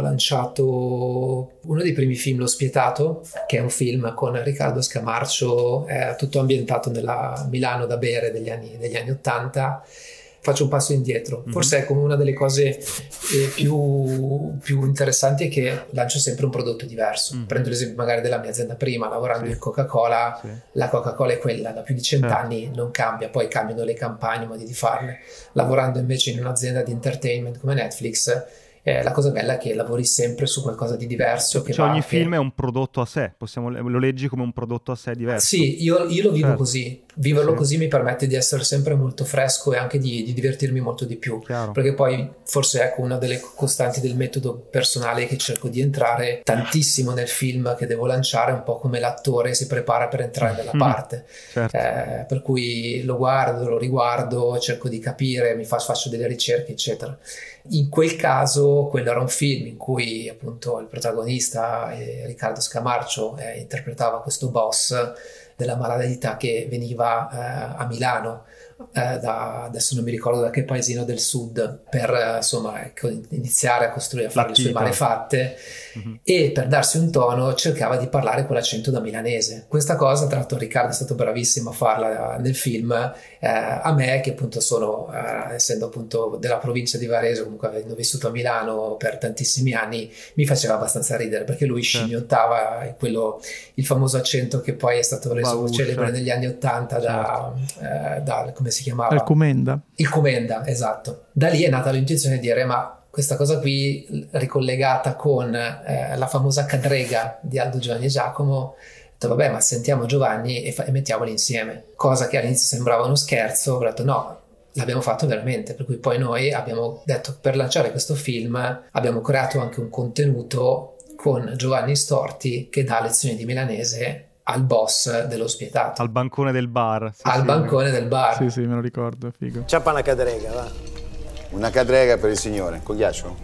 lanciato uno dei primi film, Lo Spietato, che è un film con Riccardo Scamarcio, è tutto ambientato nella Milano da bere degli anni, degli anni ottanta. Faccio un passo indietro, mm-hmm. forse è come una delle cose eh, più, più interessanti è che lancio sempre un prodotto diverso. Mm. Prendo l'esempio magari della mia azienda prima, lavorando sì. in Coca-Cola, sì. la Coca-Cola è quella, da più di cent'anni certo. non cambia, poi cambiano le campagne, i modi di farle. Lavorando invece in un'azienda di entertainment come Netflix, Eh, la cosa bella è che lavori sempre su qualcosa di diverso. Che cioè va ogni anche... film è un prodotto a sé, possiamo, lo leggi come un prodotto a sé diverso. Sì, io, io lo vivo certo. così. Viverlo sì. così mi permette di essere sempre molto fresco e anche di, di divertirmi molto di più. Chiaro. Perché poi forse ecco una delle costanti del metodo personale è che cerco di entrare tantissimo nel film che devo lanciare, un po' come l'attore si prepara per entrare nella parte. certo. eh, per cui lo guardo, lo riguardo, cerco di capire, mi fa, faccio delle ricerche eccetera. In quel caso quello era un film in cui appunto il protagonista, eh, Riccardo Scamarcio, eh, interpretava questo boss della malavita che veniva eh, a Milano, eh, da, adesso non mi ricordo da che paesino del sud, per eh, insomma ecco, iniziare a costruire, a fare le sue malefatte. Mm-hmm. E per darsi un tono cercava di parlare con l'accento da milanese. Questa cosa, tra l'altro Riccardo è stato bravissimo a farla nel film, eh, a me che appunto sono, eh, essendo appunto della provincia di Varese, comunque avendo vissuto a Milano per tantissimi anni, mi faceva abbastanza ridere, perché lui scimmiottava quello, il famoso accento che poi è stato reso Bauscia. Celebre negli anni Ottanta da, certo. eh, da, come si chiamava? Il Comenda. Il Comenda, esatto. Da lì è nata l'intuizione di dire, ma questa cosa qui ricollegata con eh, la famosa cadrega di Aldo, Giovanni e Giacomo, ho detto vabbè, ma sentiamo Giovanni e, fa- e mettiamoli insieme. Cosa che all'inizio sembrava uno scherzo, ho detto no, l'abbiamo fatto veramente, per cui poi noi abbiamo detto per lanciare questo film abbiamo creato anche un contenuto con Giovanni Storti che dà lezioni di milanese al boss dello spietato. Al bancone del bar. Sì, al sì, bancone del bar. Sì, sì, me lo ricordo, figo. Ciappa una cadrega, va. Una cadrega per il signore, con ghiaccio?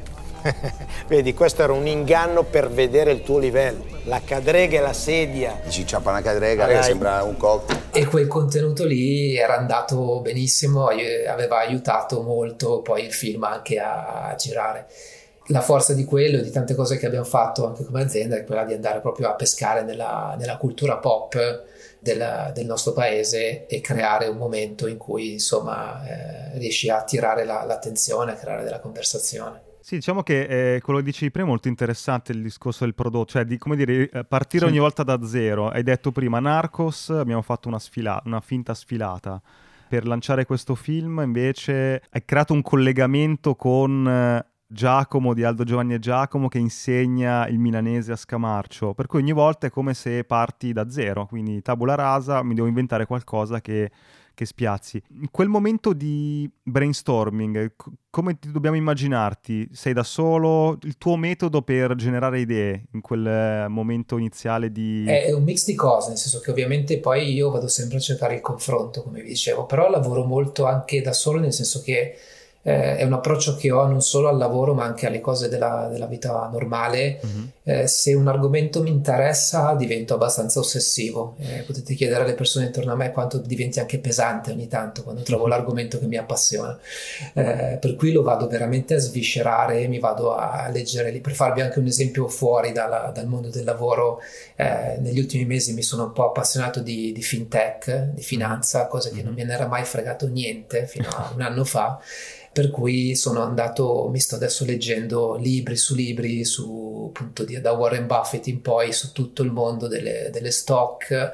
Vedi, questo era un inganno per vedere il tuo livello. La cadrega e la sedia. Dici ciappa una cadrega che sembra un cocktail. E quel contenuto lì era andato benissimo, aveva aiutato molto poi il film anche a girare. La forza di quello e di tante cose che abbiamo fatto anche come azienda è quella di andare proprio a pescare nella, nella cultura pop del, del nostro paese e creare un momento in cui insomma eh, riesci a attirare la, l'attenzione, a creare della conversazione. Sì, diciamo che eh, quello che dicevi prima è molto interessante, il discorso del prodotto, cioè di come dire partire sì. ogni volta da zero. Hai detto prima Narcos, abbiamo fatto una sfila- una finta sfilata. Per lanciare questo film invece hai creato un collegamento con Giacomo di Aldo, Giovanni e Giacomo che insegna il milanese a Scamarcio, per cui ogni volta è come se parti da zero, quindi tabula rasa, mi devo inventare qualcosa che, che spiazzi. In quel momento di brainstorming, c- come ti dobbiamo immaginarti? Sei da solo? Il tuo metodo per generare idee in quel momento iniziale di... È un mix di cose, nel senso che ovviamente poi io vado sempre a cercare il confronto, come vi dicevo, però lavoro molto anche da solo, nel senso che Eh, è un approccio che ho non solo al lavoro ma anche alle cose della, della vita normale. Mm-hmm. Eh, se un argomento mi interessa divento abbastanza ossessivo, eh, potete chiedere alle persone intorno a me quanto diventi anche pesante ogni tanto quando trovo mm-hmm. l'argomento che mi appassiona, eh, per cui lo vado veramente a sviscerare, mi vado a leggere lì. Per farvi anche un esempio fuori dalla, dal mondo del lavoro, eh, negli ultimi mesi mi sono un po' appassionato di, di fintech, di finanza, cose che mm-hmm. non me ne era mai fregato niente fino a un anno fa. Per cui sono andato, mi sto adesso leggendo libri su libri, su, appunto di, da Warren Buffett in poi, su tutto il mondo delle, delle stock,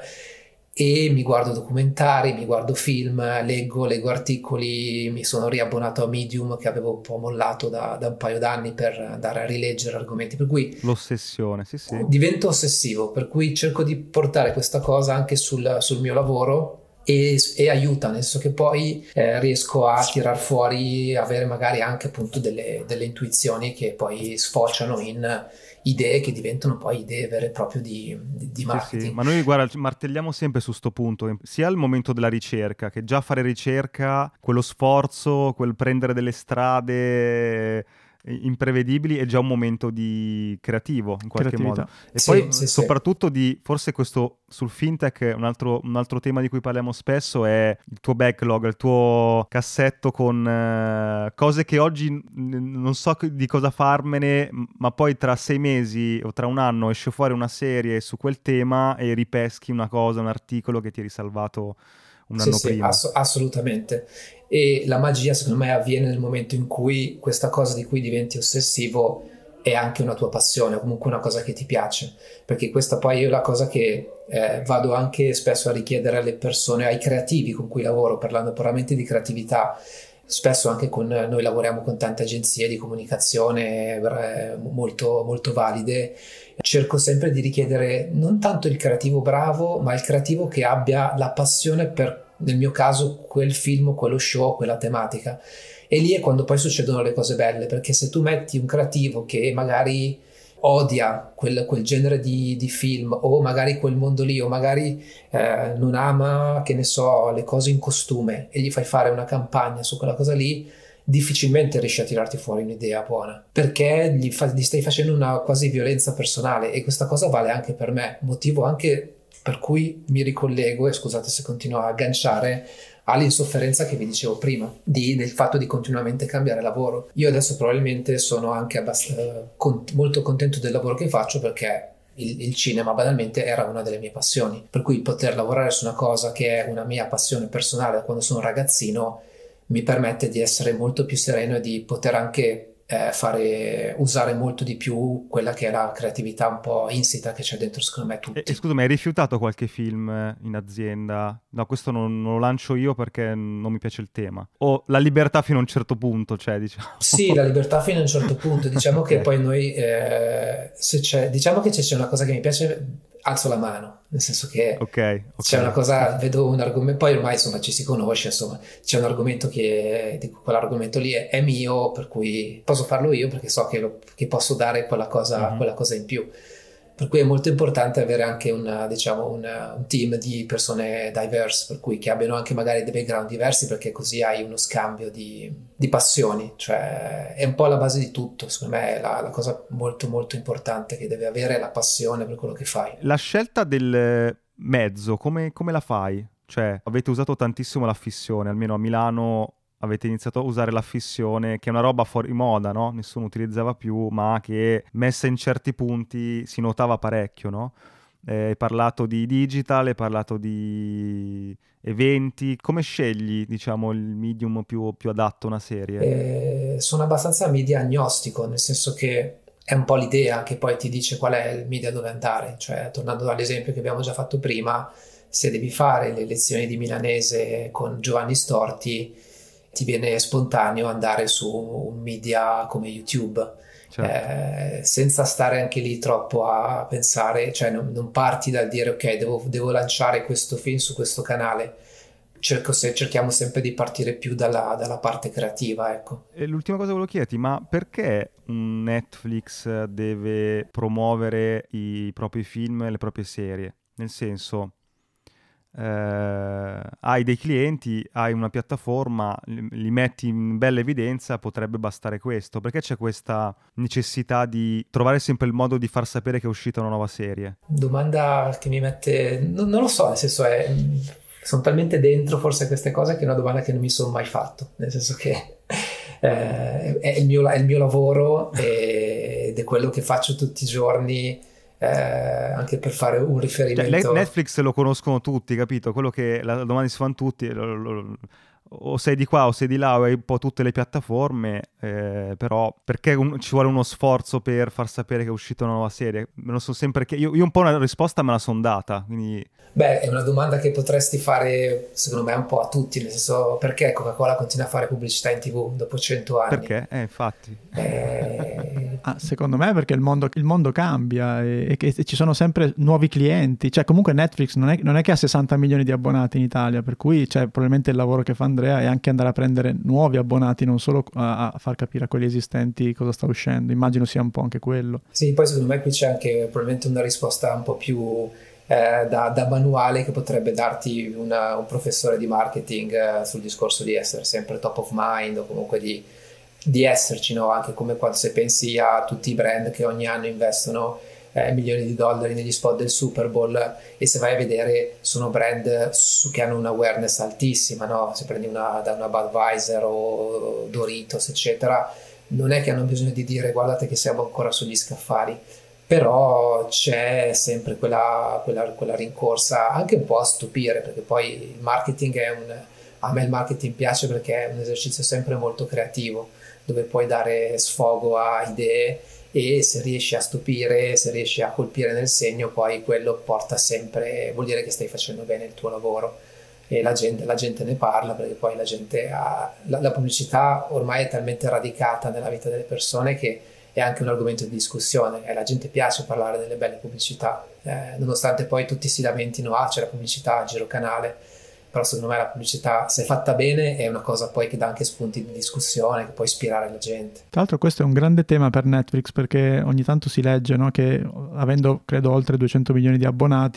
e mi guardo documentari, mi guardo film, leggo, leggo articoli, mi sono riabbonato a Medium che avevo un po' mollato da, da un paio d'anni per andare a rileggere argomenti, per cui l'ossessione, sì sì. Divento ossessivo, per cui cerco di portare questa cosa anche sul, sul mio lavoro. E, e aiuta, nel senso che poi eh, riesco a tirar fuori, avere magari anche appunto delle, delle intuizioni che poi sfociano in idee che diventano poi idee vere e proprie di, di, di marketing. Sì, sì. Ma noi guarda, martelliamo sempre su sto punto, sia al momento della ricerca, che già fare ricerca, quello sforzo, quel prendere delle strade imprevedibili è già un momento di creativo in qualche Creatività. modo e sì, poi sì, soprattutto sì. di forse questo sul fintech un altro, un altro tema di cui parliamo spesso è il tuo backlog, il tuo cassetto con uh, cose che oggi n- non so di cosa farmene, ma poi tra sei mesi o tra un anno esce fuori una serie su quel tema e ripeschi una cosa, un articolo che ti eri salvato un anno sì, prima. Sì, ass- assolutamente. E la magia secondo me avviene nel momento in cui questa cosa di cui diventi ossessivo è anche una tua passione o comunque una cosa che ti piace, perché questa poi è la cosa che eh, vado anche spesso a richiedere alle persone, ai creativi con cui lavoro, parlando puramente di creatività. Spesso anche con noi lavoriamo con tante agenzie di comunicazione eh, molto, molto valide. Cerco sempre di richiedere non tanto il creativo bravo, ma il creativo che abbia la passione per, nel mio caso, quel film, quello show, quella tematica. E lì è quando poi succedono le cose belle, perché se tu metti un creativo che magari odia quel, quel genere di, di film o magari quel mondo lì o magari eh, non ama, che ne so, le cose in costume e gli fai fare una campagna su quella cosa lì, difficilmente riesci a tirarti fuori un'idea buona, perché gli, fa, gli stai facendo una quasi violenza personale, e questa cosa vale anche per me, motivo anche per cui mi ricollego, e scusate se continuo a agganciare, all'insofferenza che vi dicevo prima, di, del fatto di continuamente cambiare lavoro. Io adesso probabilmente sono anche abbast- con- molto contento del lavoro che faccio, perché il, il cinema banalmente era una delle mie passioni, per cui poter lavorare su una cosa che è una mia passione personale da quando sono ragazzino mi permette di essere molto più sereno e di poter anche eh, fare usare molto di più quella che è la creatività un po' insita che c'è dentro, secondo me, tutti. E, e scusami, hai rifiutato qualche film in azienda? No, questo non, non lo lancio io perché non mi piace il tema. O la libertà fino a un certo punto, cioè, diciamo. Sì, la libertà fino a un certo punto. Diciamo Okay. che poi noi, eh, se c'è, diciamo che c'è una cosa che mi piace, alzo la mano, nel senso che Ok, ok. c'è una cosa, vedo un argomento, poi ormai insomma ci si conosce, insomma c'è un argomento che, dico, quell'argomento lì è, è mio, per cui posso farlo io perché so che, lo, che posso dare quella cosa, Mhm. quella cosa in più. Per cui è molto importante avere anche una, diciamo, una, un team di persone diverse, per cui che abbiano anche magari dei background diversi, perché così hai uno scambio di, di passioni, cioè è un po' la base di tutto, secondo me è la, la cosa molto molto importante che deve avere, la passione per quello che fai. La scelta del mezzo, come, come la fai? Cioè, avete usato tantissimo la fissione, almeno a Milano avete iniziato a usare la fissione, che è una roba fuori moda, no? Nessuno utilizzava più, ma che messa in certi punti si notava parecchio, no? Eh, hai parlato di digital, hai parlato di eventi. Come scegli, diciamo, il medium più, più adatto a una serie? Eh, sono abbastanza media agnostico, nel senso che è un po' l'idea che poi ti dice qual è il media dove andare, cioè tornando all'esempio che abbiamo già fatto prima, se devi fare le lezioni di milanese con Giovanni Storti, ti viene spontaneo andare su un media come YouTube, Certo. eh, senza stare anche lì troppo a pensare, cioè non, non parti dal dire ok, devo, devo lanciare questo film su questo canale. Cerco se, cerchiamo sempre di partire più dalla, dalla parte creativa, ecco. E l'ultima cosa che volevo chiederti, ma perché un Netflix deve promuovere i propri film e le proprie serie? Nel senso, eh, hai dei clienti, hai una piattaforma, li, li metti in bella evidenza, potrebbe bastare questo. Perché c'è questa necessità di trovare sempre il modo di far sapere che è uscita una nuova serie? Domanda che mi mette... Non, non lo so, nel senso è... Sono talmente dentro forse queste cose che è una domanda che non mi sono mai fatto, nel senso che eh, è, il mio, è il mio lavoro ed è quello che faccio tutti i giorni, eh, anche per fare un riferimento. Cioè, Netflix lo conoscono tutti, capito? Quello che la domanda si fanno tutti, lo, lo, o sei di qua o sei di là, o hai un po' tutte le piattaforme, eh, però perché un, ci vuole uno sforzo per far sapere che è uscita una nuova serie? Me lo so sempre che io, io un po' una risposta me la son data, quindi... Beh, è una domanda che potresti fare, secondo me, un po' a tutti, nel senso, perché Coca-Cola continua a fare pubblicità in tivù dopo cento anni? Perché? Eh, infatti. Eh... Ah, secondo me perché il mondo, il mondo cambia e, e che ci sono sempre nuovi clienti, cioè comunque Netflix non è, non è che ha sessanta milioni di abbonati in Italia, per cui cioè, probabilmente il lavoro che fa Andrea è anche andare a prendere nuovi abbonati, non solo a, a far capire a quelli esistenti cosa sta uscendo. Immagino sia un po' anche quello. Sì, poi secondo me qui c'è anche probabilmente una risposta un po' più eh, da, da manuale che potrebbe darti una, un professore di marketing eh, sul discorso di essere sempre top of mind, o comunque di, di esserci, no? Anche come quando se pensi a tutti i brand che ogni anno investono eh, milioni di dollari negli spot del Super Bowl, e se vai a vedere sono brand su, che hanno una awareness altissima, no? Se prendi una, da una Budweiser o Doritos eccetera, non è che hanno bisogno di dire guardate che siamo ancora sugli scaffali, però c'è sempre quella, quella, quella rincorsa anche un po' a stupire, perché poi il marketing è un... A me il marketing piace perché è un esercizio sempre molto creativo, dove puoi dare sfogo a idee, e se riesci a stupire, se riesci a colpire nel segno, poi quello porta sempre, vuol dire che stai facendo bene il tuo lavoro, e la gente, la gente ne parla, perché poi la gente ha... La, la pubblicità ormai è talmente radicata nella vita delle persone che è anche un argomento di discussione, e alla gente piace parlare delle belle pubblicità, eh, nonostante poi tutti si lamentino, ah c'è la pubblicità, giro canale, però secondo me la pubblicità, se fatta bene, è una cosa poi che dà anche spunti di discussione, che può ispirare la gente. Tra l'altro questo è un grande tema per Netflix, perché ogni tanto si legge, no, che avendo credo oltre duecento milioni di abbonati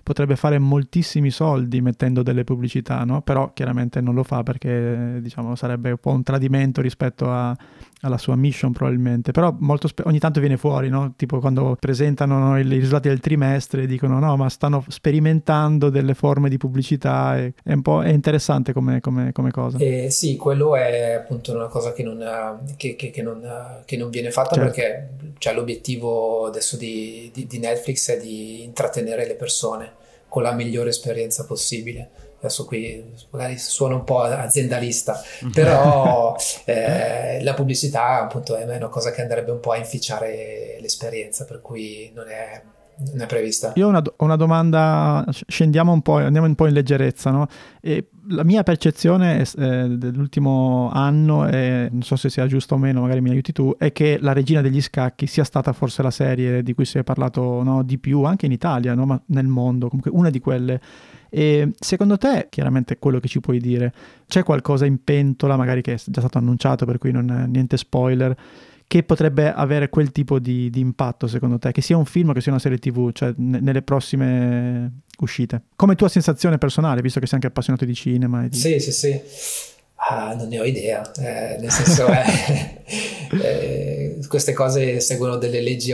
potrebbe fare moltissimi soldi mettendo delle pubblicità, no? Però chiaramente non lo fa perché, diciamo, sarebbe un po' un tradimento rispetto a, alla sua mission probabilmente. Però molto spe- ogni tanto viene fuori, no? Tipo quando presentano, no, i risultati del trimestre, dicono no, ma stanno sperimentando delle forme di pubblicità, e è un po' è interessante come, come, come cosa. Eh, sì, quello è appunto una cosa che non, che, che, che non, che non viene fatta, certo. Perché cioè, l'obiettivo adesso di, di, di Netflix è di intrattenere le persone con la migliore esperienza possibile. Adesso qui magari suona un po' aziendalista, però eh, la pubblicità appunto è una cosa che andrebbe un po' a inficiare l'esperienza, per cui non è, non è prevista. Io ho una, una domanda, scendiamo un po', andiamo un po' in leggerezza, no? E la mia percezione eh, dell'ultimo anno, è, non so se sia giusto o meno, magari mi aiuti tu, è che La Regina degli Scacchi sia stata forse la serie di cui si è parlato, no, di più anche in Italia, no? Ma nel mondo, comunque una di quelle. E secondo te, chiaramente quello che ci puoi dire, c'è qualcosa in pentola, magari che è già stato annunciato, per cui non è niente spoiler, che potrebbe avere quel tipo di, di impatto secondo te, che sia un film o che sia una serie tv, cioè n- nelle prossime uscite, come tua sensazione personale, visto che sei anche appassionato di cinema e di... Sì, sì, sì. Ah, non ne ho idea, eh, nel senso eh, eh, queste cose seguono delle leggi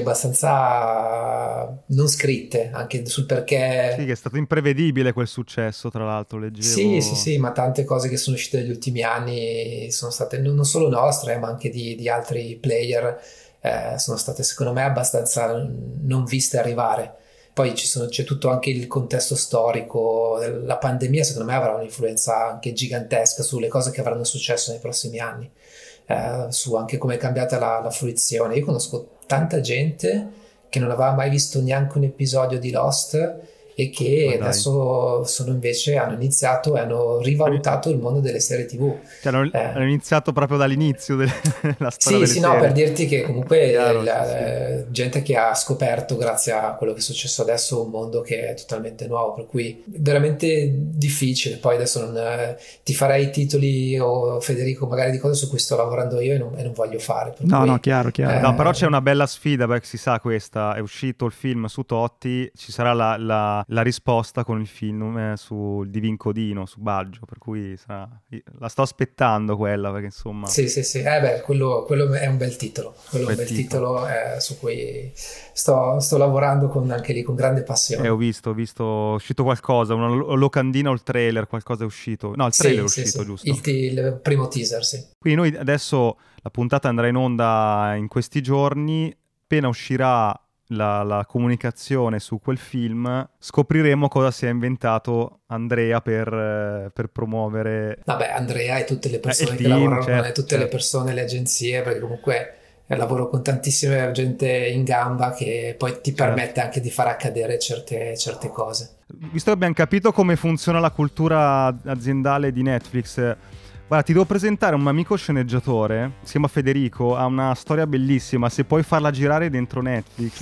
abbastanza non scritte, anche sul perché... Sì, che è stato imprevedibile quel successo, tra l'altro, leggevo... Sì, sì, sì, ma tante cose che sono uscite negli ultimi anni sono state non solo nostre, ma anche di, di altri player, eh, sono state secondo me abbastanza non viste arrivare. Poi ci sono, c'è tutto anche il contesto storico, la pandemia secondo me avrà un'influenza anche gigantesca sulle cose che avranno successo nei prossimi anni, eh, su anche come è cambiata la, la fruizione. Io conosco tanta gente che non aveva mai visto neanche un episodio di Lost e che oh, adesso sono invece hanno iniziato e hanno rivalutato il mondo delle serie tv. Cioè, hanno, eh. hanno iniziato proprio dall'inizio della storia sì, delle sì, serie. no, per dirti che comunque Chiaro, la, sì, sì. gente che ha scoperto grazie a quello che è successo adesso un mondo che è totalmente nuovo, per cui veramente difficile. Poi adesso non eh, ti farei titoli o Federico magari di cose su cui sto lavorando io e non, e non voglio fare. Per no, cui, no, chiaro, chiaro. Eh, no, però c'è una bella sfida, perché si sa questa, è uscito il film su Totti, ci sarà la, la la risposta con il film eh, sul Divin Codino, su Baggio, per cui sarà... la sto aspettando quella, perché insomma... Sì, sì, sì, eh beh, quello, quello è un bel titolo, quello è un bel titolo, titolo eh, su cui sto, sto lavorando con, anche lì con grande passione. Eh, ho visto, ho visto, è uscito qualcosa, una locandina o il trailer, qualcosa è uscito. No, il trailer sì, è uscito, sì, giusto? Il, il primo teaser, sì. Quindi noi adesso, la puntata andrà in onda in questi giorni, appena uscirà La, la comunicazione su quel film, scopriremo cosa si è inventato Andrea per, per promuovere. Vabbè, Andrea e tutte le persone eh, che team, lavorano, certo, e tutte certo. le persone, le agenzie, perché comunque lavoro con tantissima gente in gamba che poi ti permette certo. anche di far accadere certe, certe cose. Visto che abbiamo capito come funziona la cultura aziendale di Netflix, guarda, ti devo presentare un amico sceneggiatore, si chiama Federico, ha una storia bellissima, se puoi farla girare dentro Netflix.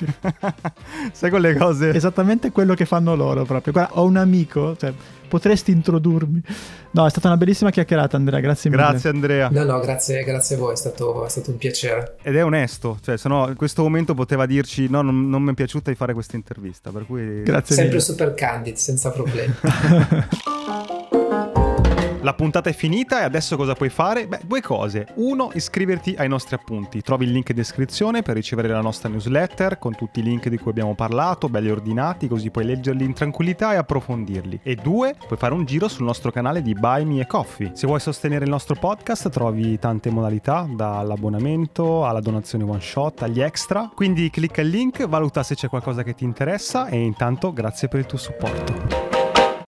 Sai quelle cose? Esattamente quello che fanno loro proprio. Guarda, ho un amico, cioè, potresti introdurmi? No, è stata una bellissima chiacchierata, Andrea, grazie mille. Grazie Andrea. No, no, grazie, grazie a voi, è stato, è stato un piacere. Ed è onesto, cioè, se no in questo momento poteva dirci no, non, non mi è piaciuta di fare questa intervista, per cui... Grazie Sempre mille. Super candid, senza problemi. La puntata è finita e adesso cosa puoi fare? Beh, due cose. Uno, iscriverti ai nostri appunti. Trovi il link in descrizione per ricevere la nostra newsletter con tutti i link di cui abbiamo parlato, belli ordinati, così puoi leggerli in tranquillità e approfondirli. E due, puoi fare un giro sul nostro canale di Buy Me a Coffee. Se vuoi sostenere il nostro podcast trovi tante modalità, dall'abbonamento alla donazione one shot, agli extra. Quindi clicca il link, valuta se c'è qualcosa che ti interessa e intanto grazie per il tuo supporto.